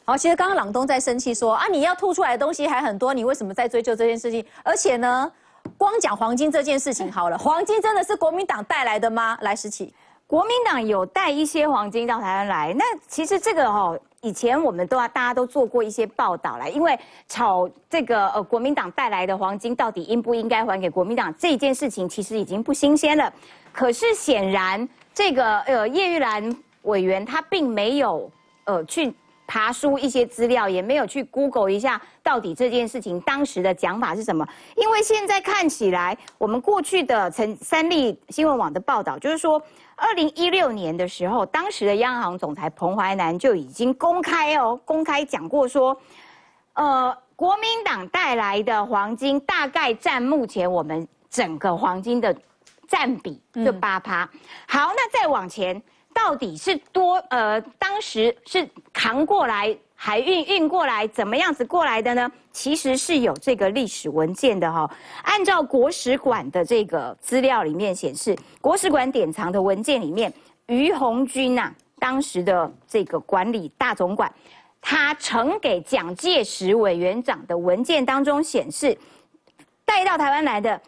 好，其实刚刚朗东在生气说啊，你要吐出来的东西还很多，你为什么在追究这件事情？而且呢，光讲黄金这件事情好了，黄金真的是国民党带来的吗？来，时齐， 国民党有带一些黄金到台湾来，那其实这个以前我们大家都做过一些报道啦，因为炒这个国民党带来的黄金到底应不应该还给国民党这件事情，其实已经不新鲜了。可是显然这个叶玉兰委员他并没有去爬梳一些资料，也没有去 Google 一下到底这件事情当时的讲法是什么。因为现在看起来，我们过去的三立新闻网的报道就是说，2016年的时候，当时的央行总裁彭淮南就已经公开讲过说，国民党带来的黄金大概占目前我们整个黄金的占比就8%。好，那再往前。到底是当时是扛过来，海运过来，怎么样子过来的呢？其实是有这个历史文件的哈。按照国史馆的这个资料里面显示，国史馆典藏的文件里面，于鸿钧当时的这个管理大总管，他呈给蒋介石委员长的文件当中显示，带到台湾来的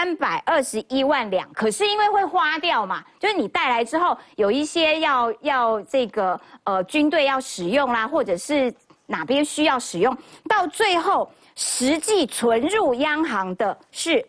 321万两，可是因为会花掉嘛，就是你带来之后，有一些要这个军队要使用啦，或者是哪边需要使用，到最后实际存入央行的是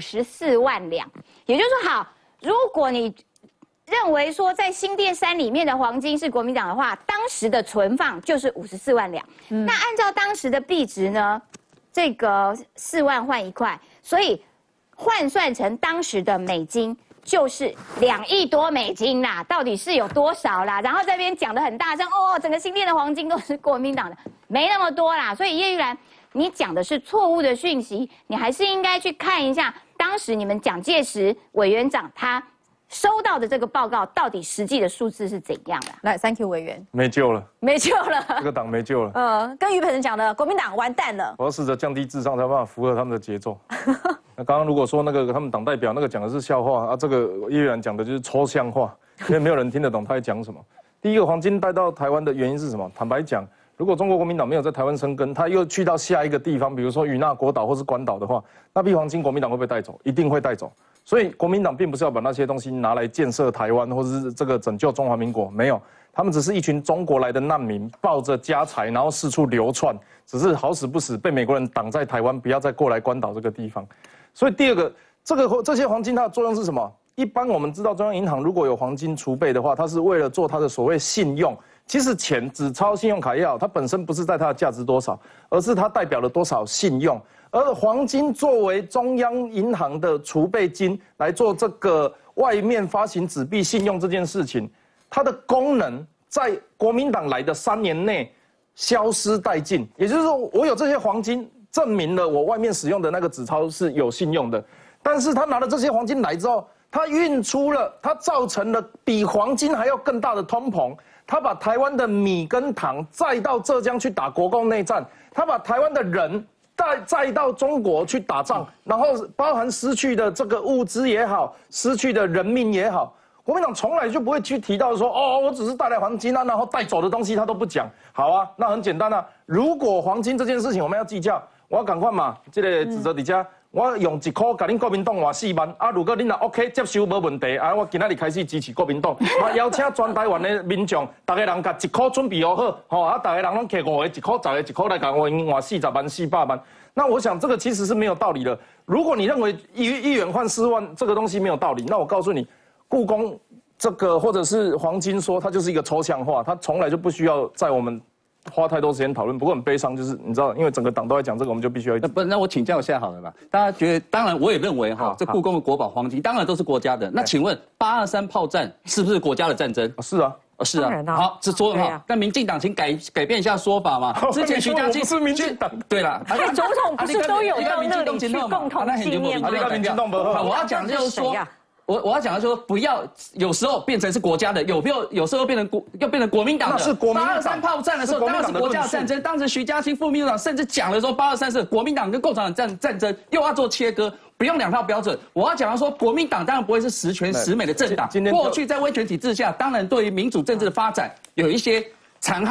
54万两。也就是说，好，如果你认为说在新店山里面的黄金是国民党的话，当时的存放就是54万两。那按照当时的币值呢，这个4万换1块，所以换算成当时的美金就是2亿多美金啦，到底是有多少啦？然后这边讲得很大声整个新店的黄金都是国民党的，没那么多啦。所以叶玉兰，你讲的是错误的讯息，你还是应该去看一下当时你们蒋介石委员长他收到的这个报告到底实际的数字是怎样的？ 来 ，Thank you 委员， 没救了， 没救了， 这个党没救了。 跟于培仁讲的，国民党完蛋了。 我要试着降低智商，才有办法符合他们的节奏。那刚刚如果说那个他们党代表那个讲的是笑话啊，这个叶玉兰讲的就是抽象化，因为没有人听得懂他在讲什么。第一个，黄金带到台湾的原因是什么？坦白讲，如果中国国民党没有在台湾生根，他又去到下一个地方，比如说与那国岛或是关岛的话，那批黄金国民党会不会带走？一定会带走。所以国民党并不是要把那些东西拿来建设台湾，或者是这个拯救中华民国，没有，他们只是一群中国来的难民，抱着家财然后四处流窜，只是好死不死被美国人挡在台湾，不要再过来关岛这个地方。所以第二个，这些黄金它的作用是什么？一般我们知道中央银行如果有黄金储备的话，它是为了做它的所谓信用。其实钱纸钞、信用卡也好，它本身不是在它的价值多少，而是它代表了多少信用。而黄金作为中央银行的储备金来做这个外面发行纸币信用这件事情，它的功能在国民党来的3年内消失殆尽。也就是说，我有这些黄金，证明了我外面使用的那个纸钞是有信用的。但是他拿了这些黄金来之后，他运出了，他造成了比黄金还要更大的通膨。他把台湾的米跟糖载到浙江去打国共内战，他把台湾的人载到中国去打仗，然后包含失去的这个物资也好，失去的人命也好，国民党从来就不会去提到说，我只是带来黄金啊，然后带走的东西他都不讲。好啊，那很简单啊，如果黄金这件事情我们要计较，我要赶快嘛，这个指责底下。我用1块给恁国民党换4万，如果恁若 OK 接受没问题，我今仔日开始支持国民党，邀请全台湾的民众，大家人甲1块准备好，大家人拢摕5个1块10个1块来甲我换40万400万。那我想这个其实是没有道理的。如果你认为1元换4万这个东西没有道理，那我告诉你，故宫这个或者是黄金说它就是一个抽象化，它从来就不需要在我们花太多时间讨论。不过很悲伤，就是你知道，因为整个党都在讲这个，我们就必须要。 那我请教一下好了吧？大家觉得，当然我也认为这故宫的国宝黄金当然都是国家的。那请问823炮战是不是国家的战争？ 是啊。 是啊，好，这说得好。但民进党请改变一下说法嘛。之前徐家清是民进党， 对了， 总统不是都有到那里去共同纪念吗？ 我要讲就是说。我要讲的就是说，不要有时候变成是国家的，有时候变成国民党的。 那是国民党。 823炮战的时候，当然是国家的战争。当时徐家清副秘书长甚至讲了说，823是国民党跟共产党战争，又要做切割，不用2套标准。我要讲的说，国民党当然不会是十全十美的政党。过去在威权体制下，当然对于民主政治的发展有一些残害。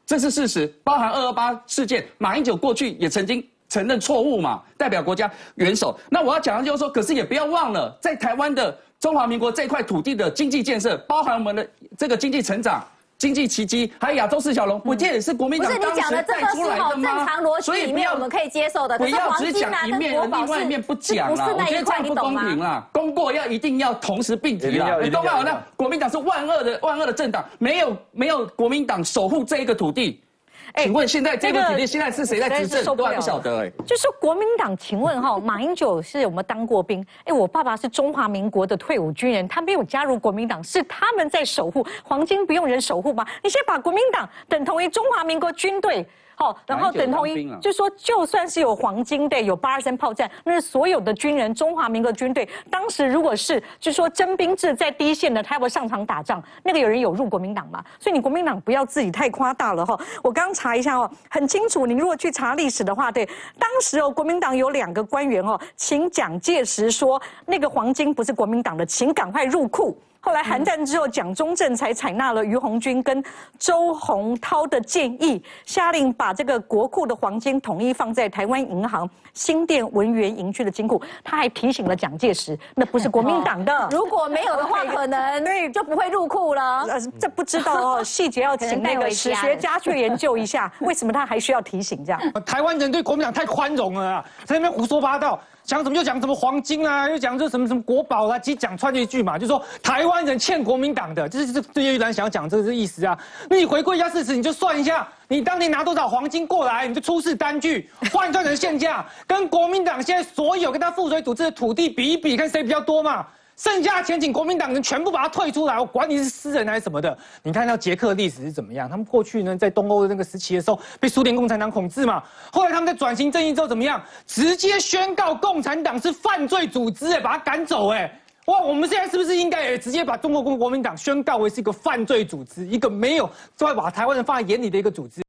这是事实，包含228事件，马英九过去也曾经承认错误嘛，代表国家元首。那我要讲的就是说，可是也不要忘了，在台湾的中华民国这块土地的经济建设，包含我们的这个经济成长。经济奇迹，还有亚洲四小龙，不这也是国民党当时带出来的吗？ 正常逻辑里面我们可以接受的。 不要只讲一面，另外一面不讲啦，我觉得这样不公平啦。功过一定要同时并提啦。都好，那国民党是万恶的政党，没有国民党守护这一个土地。请问现在这个土地现在是谁在执政？都还不晓得就是国民党，请问马英九是有没有当过兵？我爸爸是中华民国的退伍军人，他没有加入国民党，是他们在守护黄金，不用人守护吗？你现在把国民党等同于中华民国军队。然后等同于，就说就算是有黄金队、有83炮战，那是所有的军人，中华民国军队当时如果是，就说征兵制在第一线的，他要不要上场打仗？那个有人有入国民党吗？所以你国民党不要自己太夸大了我刚查一下很清楚，你如果去查历史的话，对，当时国民党有2个官员请蒋介石说那个黄金不是国民党的，请赶快入库。后来韩战之后，蒋中正才采纳了于鸿钧跟周洪涛的建议，下令把这个国库的黄金统一放在台湾银行新店文园营区的金库。他还提醒了蒋介石，那不是国民党的。 如果没有的话，可能就不会入库了。 这不知道细节要请那个史学家去研究一下，为什么他还需要提醒这样？ 台湾人对国民党太宽容了啊，在那边胡说八道。讲什么又讲什么黄金啊，又讲这什么国宝啊，其实讲穿就一句嘛，就是说台湾人欠国民党的，这对叶玉兰想要讲这个意思啊。那你回归一下事实，你就算一下，你当年拿多少黄金过来，你就出示单据，换算成现价，跟国民党现在所有跟他附水组织的土地比一比，看谁比较多嘛。剩下的钱请国民党人全部把它退出来，我管你是私人还是什么的。你看到捷克历史是怎么样？他们过去呢，在东欧的那个时期的时候，被苏联共产党统治嘛。后来他们在转型正义之后怎么样？直接宣告共产党是犯罪组织，把他赶走，哇！我们现在是不是应该也直接把中国国民党宣告为是一个犯罪组织，一个没有把台湾人放在眼里的一个组织？